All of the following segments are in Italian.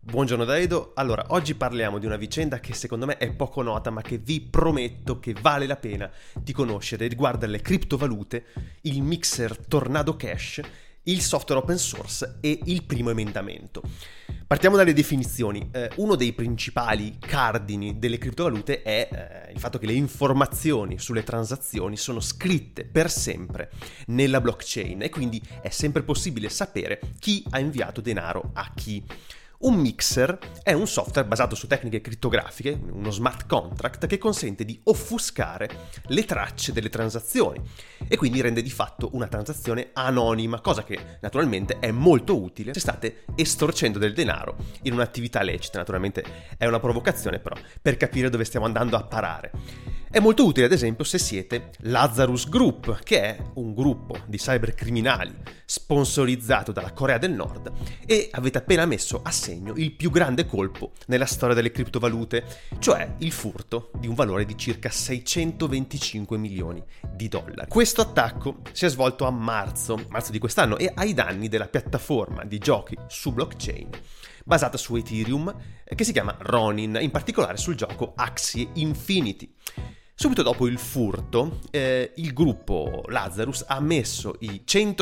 Buongiorno da Edo. Allora, oggi parliamo di una vicenda che secondo me è poco nota, ma che vi prometto che vale la pena di conoscere. Riguarda le criptovalute, il mixer Tornado Cash, il software open source e il primo emendamento. Partiamo dalle definizioni. Uno dei principali cardini delle criptovalute è il fatto che le informazioni sulle transazioni sono scritte per sempre nella blockchain e quindi è sempre possibile sapere chi ha inviato denaro a chi. Un mixer è un software basato su tecniche crittografiche, uno smart contract che consente di offuscare le tracce delle transazioni e quindi rende di fatto una transazione anonima, cosa che naturalmente è molto utile se state estorcendo del denaro in un'attività lecita. Naturalmente è una provocazione, però, per capire dove stiamo andando a parare. È molto utile, ad esempio, se siete Lazarus Group, che è un gruppo di cybercriminali sponsorizzato dalla Corea del Nord e avete appena messo a segno il più grande colpo nella storia delle criptovalute, cioè il furto di un valore di circa 625 milioni di dollari. Questo attacco si è svolto a marzo di quest'anno e ai danni della piattaforma di giochi su blockchain basata su Ethereum che si chiama Ronin, in particolare sul gioco Axie Infinity. Subito dopo il furto, il gruppo Lazarus ha messo i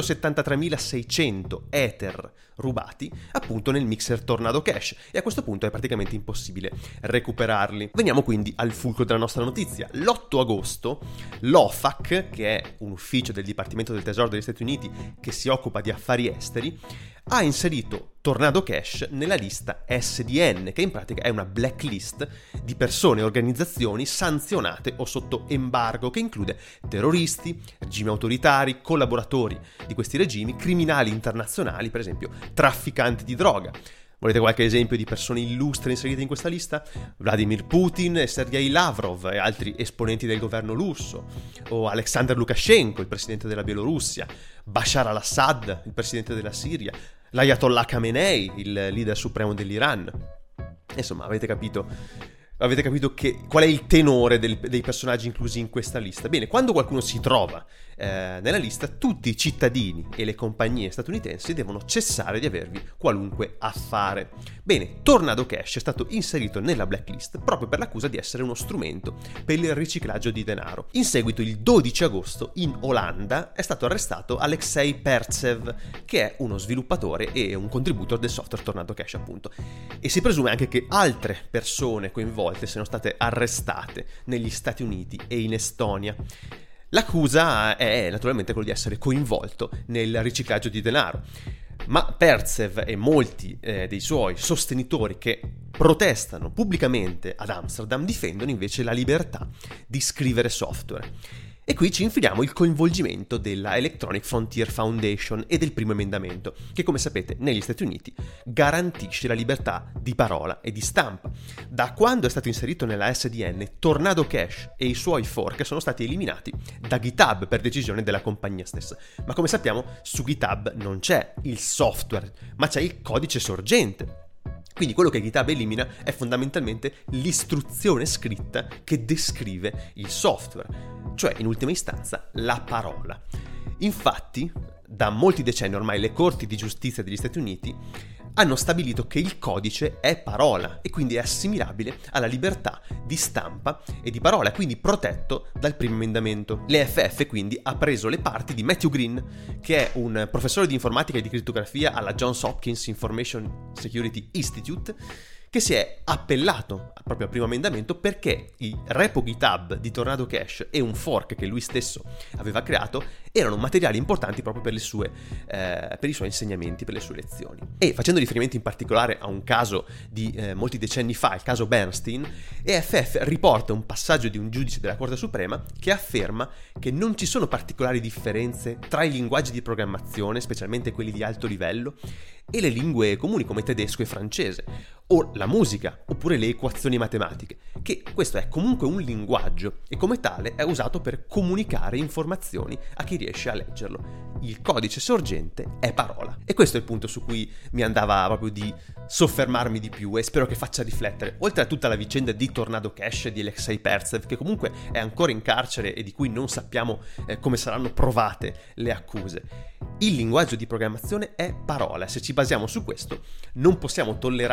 173.600 Ether rubati appunto nel mixer Tornado Cash e a questo punto è praticamente impossibile recuperarli. Veniamo quindi al fulcro della nostra notizia. L'8 agosto l'OFAC, che è un ufficio del Dipartimento del Tesoro degli Stati Uniti che si occupa di affari esteri, ha inserito Tornado Cash nella lista SDN, che in pratica è una blacklist di persone e organizzazioni sanzionate o sotto embargo, che include terroristi, regimi autoritari, collaboratori di questi regimi, criminali internazionali, per esempio trafficanti di droga. Volete qualche esempio di persone illustri inserite in questa lista? Vladimir Putin e Sergei Lavrov e altri esponenti del governo russo, o Alexander Lukashenko, il presidente della Bielorussia, Bashar al-Assad, il presidente della Siria, l'Ayatollah Khamenei, il leader supremo dell'Iran. Insomma, avete capito qual è il tenore dei personaggi inclusi in questa lista. Bene, quando qualcuno si trova nella lista, tutti i cittadini e le compagnie statunitensi devono cessare di avervi qualunque affare. Bene, Tornado Cash è stato inserito nella blacklist proprio per l'accusa di essere uno strumento per il riciclaggio di denaro. In seguito, il 12 agosto, in Olanda, è stato arrestato Alexei Pertsev, che è uno sviluppatore e un contributor del software Tornado Cash, appunto. E si presume anche che altre persone coinvolte siano state arrestate negli Stati Uniti e in Estonia. L'accusa è naturalmente quello di essere coinvolto nel riciclaggio di denaro, ma Pertsev e molti dei suoi sostenitori che protestano pubblicamente ad Amsterdam difendono invece la libertà di scrivere software. E qui ci infiliamo il coinvolgimento della Electronic Frontier Foundation e del primo emendamento, che come sapete negli Stati Uniti garantisce la libertà di parola e di stampa. Da quando è stato inserito nella SDN, Tornado Cash e i suoi fork sono stati eliminati da GitHub per decisione della compagnia stessa. Ma come sappiamo, su GitHub non c'è il software, ma c'è il codice sorgente. Quindi quello che GitHub elimina è fondamentalmente l'istruzione scritta che descrive il software, cioè in ultima istanza la parola. Infatti, da molti decenni ormai le corti di giustizia degli Stati Uniti hanno stabilito che il codice è parola e quindi è assimilabile alla libertà di stampa e di parola, quindi protetto dal primo emendamento. L'EFF quindi ha preso le parti di Matthew Green, che è un professore di informatica e di crittografia alla Johns Hopkins Information Security Institute, che si è appellato proprio al primo emendamento perché i repo GitHub di Tornado Cash e un fork che lui stesso aveva creato erano materiali importanti proprio per i suoi insegnamenti, per le sue lezioni. E facendo riferimento in particolare a un caso di molti decenni fa, il caso Bernstein, EFF riporta un passaggio di un giudice della Corte Suprema che afferma che non ci sono particolari differenze tra i linguaggi di programmazione, specialmente quelli di alto livello, e le lingue comuni come tedesco e francese, o la musica, oppure le equazioni matematiche, che questo è comunque un linguaggio e come tale è usato per comunicare informazioni a chi riesce a leggerlo. Il codice sorgente è parola. E questo è il punto su cui mi andava proprio di soffermarmi di più e spero che faccia riflettere, oltre a tutta la vicenda di Tornado Cash e di Alexei Pertsev, che comunque è ancora in carcere e di cui non sappiamo come saranno provate le accuse. Il linguaggio di programmazione è parola. Se ci basiamo su questo, non possiamo tollerare una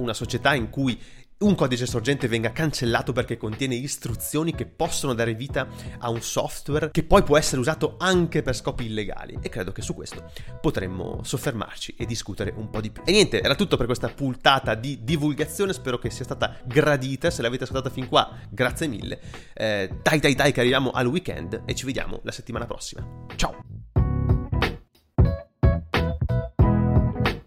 una società in cui un codice sorgente venga cancellato perché contiene istruzioni che possono dare vita a un software che poi può essere usato anche per scopi illegali, e credo che su questo potremmo soffermarci e discutere un po' di più. E niente, era tutto per questa puntata di divulgazione, spero che sia stata gradita. Se l'avete ascoltata fin qua, grazie mille. Dai che arriviamo al weekend e ci vediamo la settimana prossima. Ciao!